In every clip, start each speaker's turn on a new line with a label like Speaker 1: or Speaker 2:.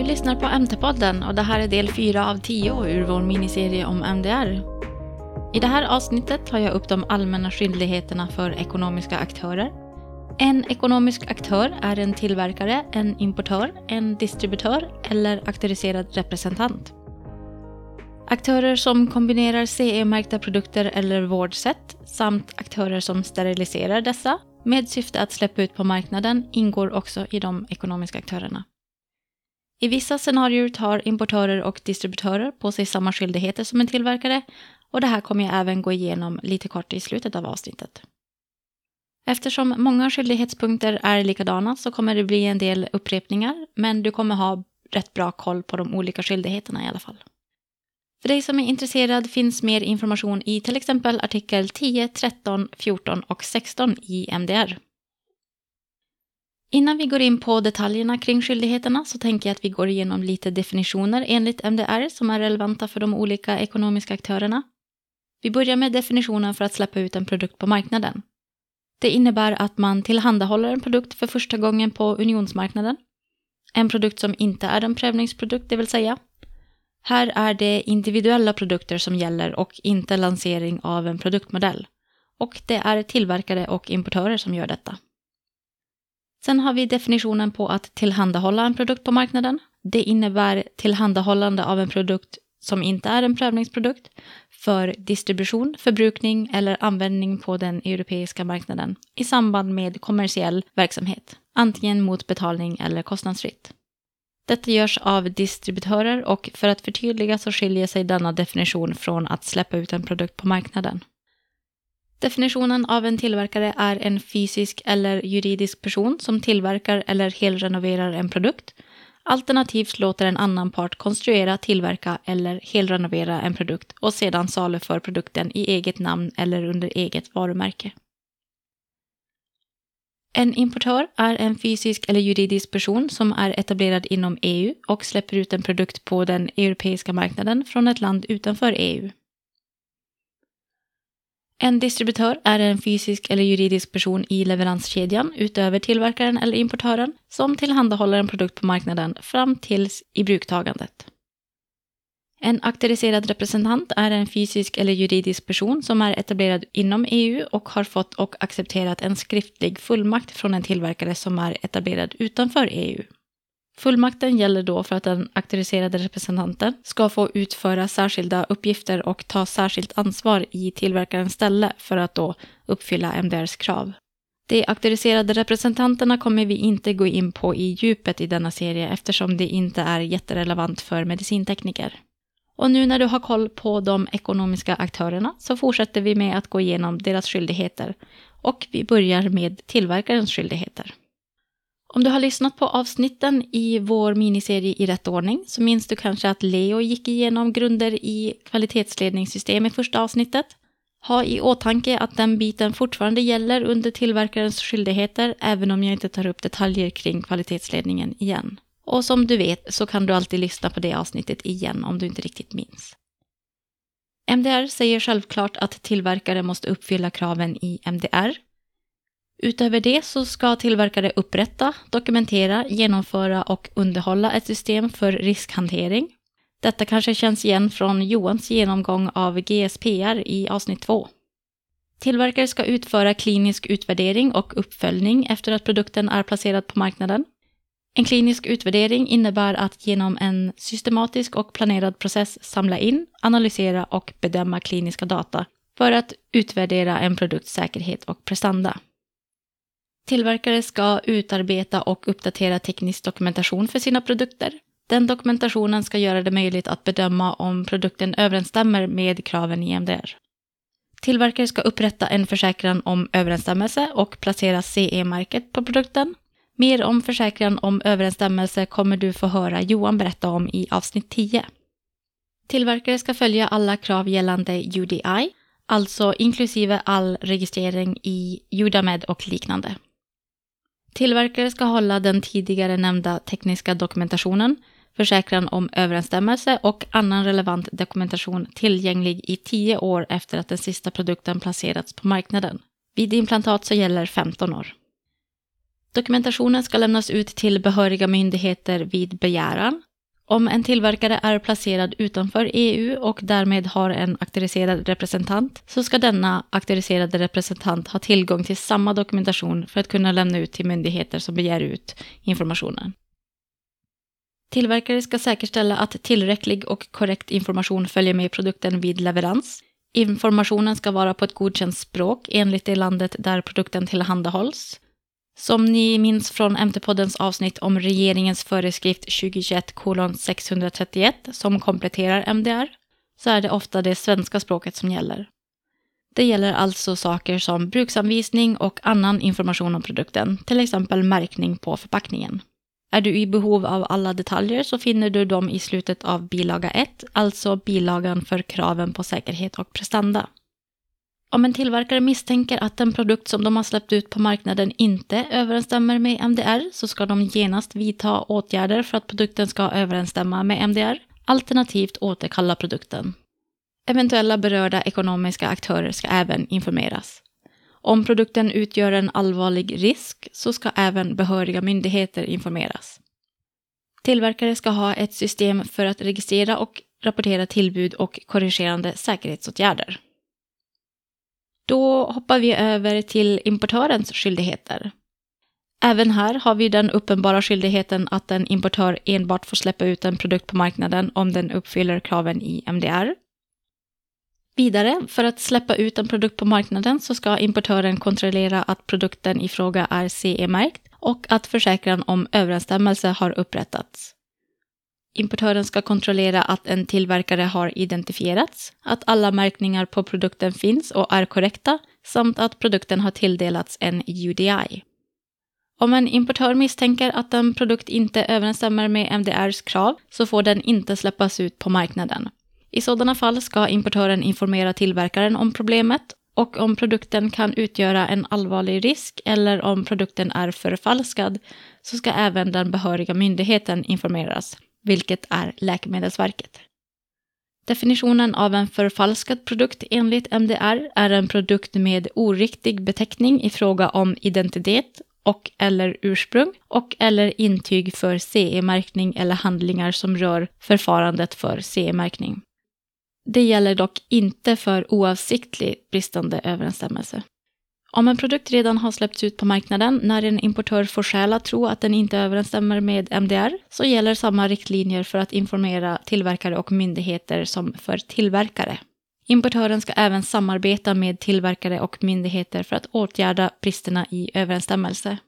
Speaker 1: lyssnar på MT-podden och det här är del 4 av 10 ur vår miniserie om MDR. I det här avsnittet tar jag upp de allmänna skyldigheterna för ekonomiska aktörer. En ekonomisk aktör är en tillverkare, en importör, en distributör eller auktoriserad representant. Aktörer som kombinerar CE-märkta produkter eller vårdsätt samt aktörer som steriliserar dessa med syfte att släppa ut på marknaden ingår också i de ekonomiska aktörerna. I vissa scenarier tar importörer och distributörer på sig samma skyldigheter som en tillverkare och det här kommer jag även gå igenom lite kort i slutet av avsnittet. Eftersom många skyldighetspunkter är likadana så kommer det bli en del upprepningar, men du kommer ha rätt bra koll på de olika skyldigheterna i alla fall. För dig som är intresserad finns mer information i till exempel artikel 10, 13, 14 och 16 i MDR. Innan vi går in på detaljerna kring skyldigheterna så tänker jag att vi går igenom lite definitioner enligt MDR som är relevanta för de olika ekonomiska aktörerna. Vi börjar med definitionen för att släppa ut en produkt på marknaden. Det innebär att man tillhandahåller en produkt för första gången på unionsmarknaden. En produkt som inte är en prövningsprodukt, det vill säga. Här är det individuella produkter som gäller och inte lansering av en produktmodell. Och det är tillverkare och importörer som gör detta. Sen har vi definitionen på att tillhandahålla en produkt på marknaden. Det innebär tillhandahållande av en produkt som inte är en prövningsprodukt för distribution, förbrukning eller användning på den europeiska marknaden i samband med kommersiell verksamhet, antingen mot betalning eller kostnadsfritt. Detta görs av distributörer och för att förtydliga så skiljer sig denna definition från att släppa ut en produkt på marknaden. Definitionen av en tillverkare är en fysisk eller juridisk person som tillverkar eller helrenoverar en produkt. Alternativt låter en annan part konstruera, tillverka eller helrenovera en produkt och sedan saluför produkten i eget namn eller under eget varumärke. En importör är en fysisk eller juridisk person som är etablerad inom EU och släpper ut en produkt på den europeiska marknaden från ett land utanför EU. En distributör är en fysisk eller juridisk person i leveranskedjan utöver tillverkaren eller importören som tillhandahåller en produkt på marknaden fram tills i bruktagandet. En auktoriserad representant är en fysisk eller juridisk person som är etablerad inom EU och har fått och accepterat en skriftlig fullmakt från en tillverkare som är etablerad utanför EU. Fullmakten gäller då för att den auktoriserade representanten ska få utföra särskilda uppgifter och ta särskilt ansvar i tillverkarens ställe för att då uppfylla MDRs krav. De auktoriserade representanterna kommer vi inte gå in på i djupet i denna serie eftersom det inte är jätterelevant för medicintekniker. Och nu när du har koll på de ekonomiska aktörerna så fortsätter vi med att gå igenom deras skyldigheter och vi börjar med tillverkarens skyldigheter. Om du har lyssnat på avsnitten i vår miniserie i rätt ordning så minns du kanske att Leo gick igenom grunder i kvalitetsledningssystem i första avsnittet. Ha i åtanke att den biten fortfarande gäller under tillverkarens skyldigheter även om jag inte tar upp detaljer kring kvalitetsledningen igen. Och som du vet så kan du alltid lyssna på det avsnittet igen om du inte riktigt minns. MDR säger självklart att tillverkare måste uppfylla kraven i MDR. Utöver det så ska tillverkare upprätta, dokumentera, genomföra och underhålla ett system för riskhantering. Detta kanske känns igen från Johans genomgång av GSPR i avsnitt 2. Tillverkare ska utföra klinisk utvärdering och uppföljning efter att produkten är placerad på marknaden. En klinisk utvärdering innebär att genom en systematisk och planerad process samla in, analysera och bedöma kliniska data för att utvärdera en produkts säkerhet och prestanda. Tillverkare ska utarbeta och uppdatera teknisk dokumentation för sina produkter. Den dokumentationen ska göra det möjligt att bedöma om produkten överensstämmer med kraven i MDR. Tillverkare ska upprätta en försäkran om överensstämmelse och placera CE-märket på produkten. Mer om försäkran om överensstämmelse kommer du få höra Johan berätta om i avsnitt 10. Tillverkare ska följa alla krav gällande UDI, alltså inklusive all registrering i Judamed och liknande. Tillverkare ska hålla den tidigare nämnda tekniska dokumentationen, försäkran om överensstämmelse och annan relevant dokumentation tillgänglig i 10 år efter att den sista produkten placerats på marknaden. Vid implantat så gäller 15 år. Dokumentationen ska lämnas ut till behöriga myndigheter vid begäran. Om en tillverkare är placerad utanför EU och därmed har en auktoriserad representant så ska denna auktoriserade representant ha tillgång till samma dokumentation för att kunna lämna ut till myndigheter som begär ut informationen. Tillverkare ska säkerställa att tillräcklig och korrekt information följer med produkten vid leverans. Informationen ska vara på ett godkänt språk enligt det landet där produkten tillhandahålls. Som ni minns från MT-poddens avsnitt om regeringens föreskrift 2021:631 som kompletterar MDR, så är det ofta det svenska språket som gäller. Det gäller alltså saker som bruksanvisning och annan information om produkten, till exempel märkning på förpackningen. Är du i behov av alla detaljer så finner du dem i slutet av bilaga 1, alltså bilagan för kraven på säkerhet och prestanda. Om en tillverkare misstänker att en produkt som de har släppt ut på marknaden inte överensstämmer med MDR så ska de genast vidta åtgärder för att produkten ska överensstämma med MDR, alternativt återkalla produkten. Eventuella berörda ekonomiska aktörer ska även informeras. Om produkten utgör en allvarlig risk så ska även behöriga myndigheter informeras. Tillverkare ska ha ett system för att registrera och rapportera tillbud och korrigerande säkerhetsåtgärder. Då hoppar vi över till importörens skyldigheter. Även här har vi den uppenbara skyldigheten att en importör enbart får släppa ut en produkt på marknaden om den uppfyller kraven i MDR. Vidare, för att släppa ut en produkt på marknaden så ska importören kontrollera att produkten i fråga är CE-märkt och att försäkran om överensstämmelse har upprättats. Importören ska kontrollera att en tillverkare har identifierats, att alla märkningar på produkten finns och är korrekta samt att produkten har tilldelats en UDI. Om en importör misstänker att en produkt inte överensstämmer med MDRs krav så får den inte släppas ut på marknaden. I sådana fall ska importören informera tillverkaren om problemet och om produkten kan utgöra en allvarlig risk eller om produkten är förfalskad så ska även den behöriga myndigheten informeras, vilket är Läkemedelsverket. Definitionen av en förfalskad produkt enligt MDR är en produkt med oriktig beteckning i fråga om identitet och eller ursprung och eller intyg för CE-märkning eller handlingar som rör förfarandet för CE-märkning. Det gäller dock inte för oavsiktlig bristande överensstämmelse. Om en produkt redan har släppts ut på marknaden när en importör får skäl att tro att den inte överensstämmer med MDR så gäller samma riktlinjer för att informera tillverkare och myndigheter som för tillverkare. Importören ska även samarbeta med tillverkare och myndigheter för att åtgärda bristerna i överensstämmelse.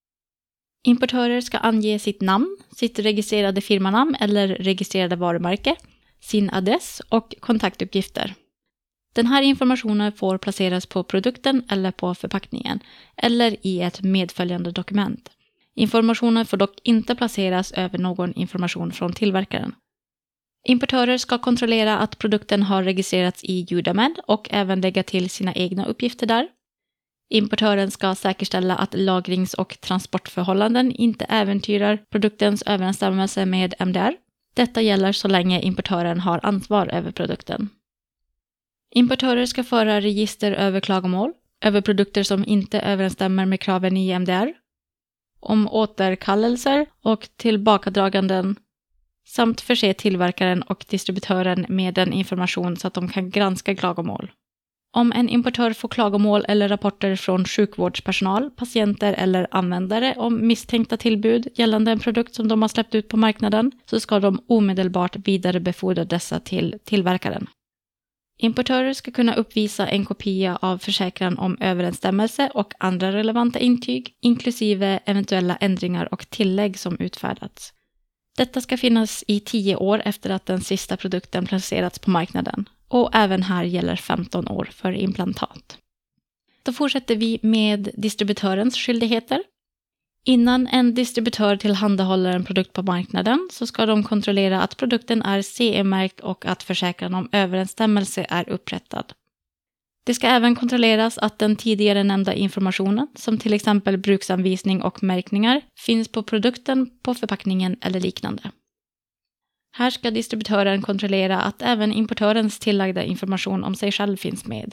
Speaker 1: Importörer ska ange sitt namn, sitt registrerade firmanamn eller registrerade varumärke, sin adress och kontaktuppgifter. Den här informationen får placeras på produkten eller på förpackningen eller i ett medföljande dokument. Informationen får dock inte placeras över någon information från tillverkaren. Importörer ska kontrollera att produkten har registrerats i EUDAMED och även lägga till sina egna uppgifter där. Importören ska säkerställa att lagrings- och transportförhållanden inte äventyrar produktens överensstämmelse med MDR. Detta gäller så länge importören har ansvar över produkten. Importörer ska föra register över klagomål, över produkter som inte överensstämmer med kraven i MDR, om återkallelser och tillbakadraganden samt förse tillverkaren och distributören med den information så att de kan granska klagomål. Om en importör får klagomål eller rapporter från sjukvårdspersonal, patienter eller användare om misstänkta tillbud gällande en produkt som de har släppt ut på marknaden så ska de omedelbart vidarebefordra dessa till tillverkaren. Importörer ska kunna uppvisa en kopia av försäkran om överensstämmelse och andra relevanta intyg, inklusive eventuella ändringar och tillägg som utfärdats. Detta ska finnas i 10 år efter att den sista produkten placerats på marknaden. Och även här gäller 15 år för implantat. Då fortsätter vi med distributörens skyldigheter. Innan en distributör tillhandahåller en produkt på marknaden så ska de kontrollera att produkten är CE-märkt och att försäkran om överensstämmelse är upprättad. Det ska även kontrolleras att den tidigare nämnda informationen, som till exempel bruksanvisning och märkningar, finns på produkten, på förpackningen eller liknande. Här ska distributören kontrollera att även importörens tillagda information om sig själv finns med.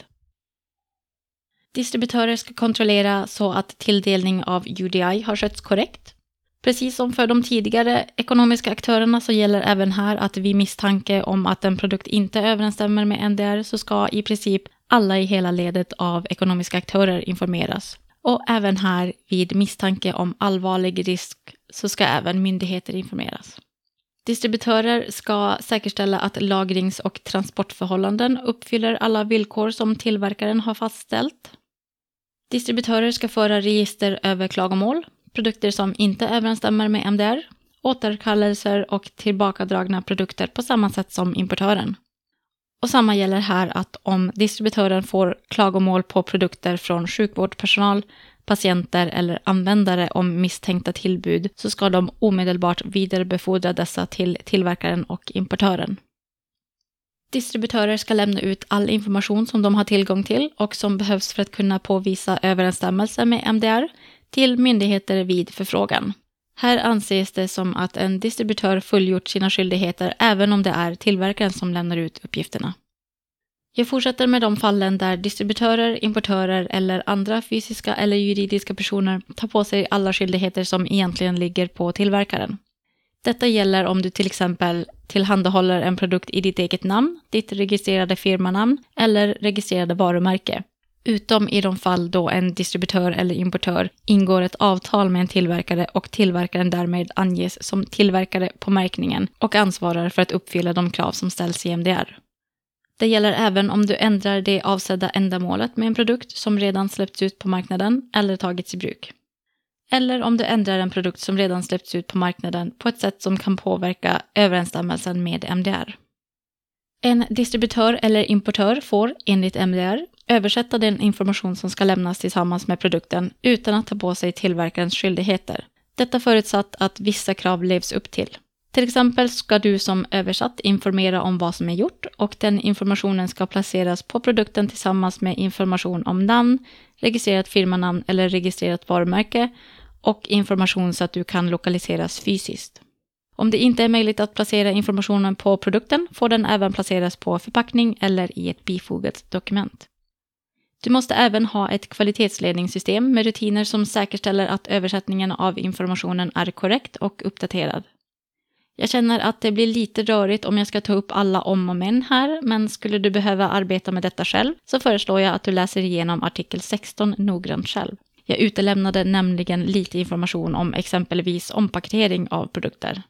Speaker 1: Distributörer ska kontrollera så att tilldelning av UDI har skötts korrekt. Precis som för de tidigare ekonomiska aktörerna så gäller även här att vid misstanke om att en produkt inte överensstämmer med MDR så ska i princip alla i hela ledet av ekonomiska aktörer informeras. Och även här vid misstanke om allvarlig risk så ska även myndigheter informeras. Distributörer ska säkerställa att lagrings- och transportförhållanden uppfyller alla villkor som tillverkaren har fastställt. Distributörer ska föra register över klagomål, produkter som inte överensstämmer med MDR, återkallelser och tillbakadragna produkter på samma sätt som importören. Och samma gäller här att om distributören får klagomål på produkter från sjukvårdspersonal, patienter eller användare om misstänkta tillbud så ska de omedelbart vidarebefordra dessa till tillverkaren och importören. Distributörer ska lämna ut all information som de har tillgång till och som behövs för att kunna påvisa överensstämmelse med MDR till myndigheter vid förfrågan. Här anses det som att en distributör fullgjort sina skyldigheter även om det är tillverkaren som lämnar ut uppgifterna. Jag fortsätter med de fallen där distributörer, importörer eller andra fysiska eller juridiska personer tar på sig alla skyldigheter som egentligen ligger på tillverkaren. Detta gäller om du till exempel tillhandahåller en produkt i ditt eget namn, ditt registrerade firmanamn eller registrerade varumärke. Utom i de fall då en distributör eller importör ingår ett avtal med en tillverkare och tillverkaren därmed anges som tillverkare på märkningen och ansvarar för att uppfylla de krav som ställs i MDR. Det gäller även om du ändrar det avsedda ändamålet med en produkt som redan släppts ut på marknaden eller tagits i bruk. Eller om du ändrar en produkt som redan släppts ut på marknaden på ett sätt som kan påverka överensstämmelsen med MDR. En distributör eller importör får, enligt MDR, översätta den information som ska lämnas tillsammans med produkten utan att ta på sig tillverkarens skyldigheter. Detta förutsatt att vissa krav levs upp till. Till exempel ska du som översatt informera om vad som är gjort och den informationen ska placeras på produkten tillsammans med information om namn, registrerat firmanamn eller registrerat varumärke och information så att du kan lokaliseras fysiskt. Om det inte är möjligt att placera informationen på produkten får den även placeras på förpackning eller i ett bifogat dokument. Du måste även ha ett kvalitetsledningssystem med rutiner som säkerställer att översättningen av informationen är korrekt och uppdaterad. Jag känner att det blir lite rörigt om jag ska ta upp alla om och men här, men skulle du behöva arbeta med detta själv så föreslår jag att du läser igenom artikel 16 noggrant själv. Jag utelämnade nämligen lite information om exempelvis ompaketering av produkter.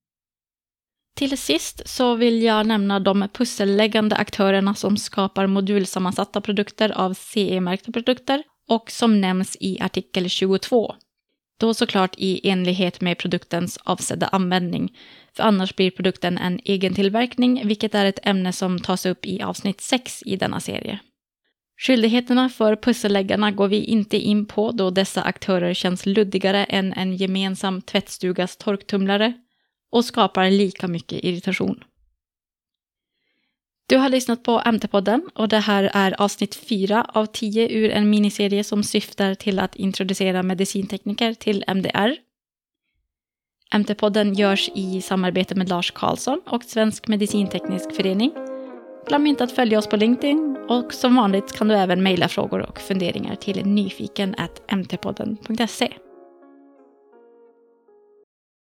Speaker 1: Till sist så vill jag nämna de pusselläggande aktörerna som skapar modulsammansatta produkter av CE-märkta produkter och som nämns i artikel 22. Då såklart i enlighet med produktens avsedda användning, för annars blir produkten en egen tillverkning, vilket är ett ämne som tas upp i avsnitt 6 i denna serie. Skyldigheterna för pusselläggarna går vi inte in på då dessa aktörer känns luddigare än en gemensam tvättstugas torktumlare och skapar lika mycket irritation. Du har lyssnat på MT-podden och det här är avsnitt 4 av 10 ur en miniserie som syftar till att introducera medicintekniker till MDR. MT-podden görs i samarbete med Lars Karlsson och Svensk medicinteknisk förening. Glöm inte att följa oss på LinkedIn och som vanligt kan du även mejla frågor och funderingar till nyfiken@mtpodden.se.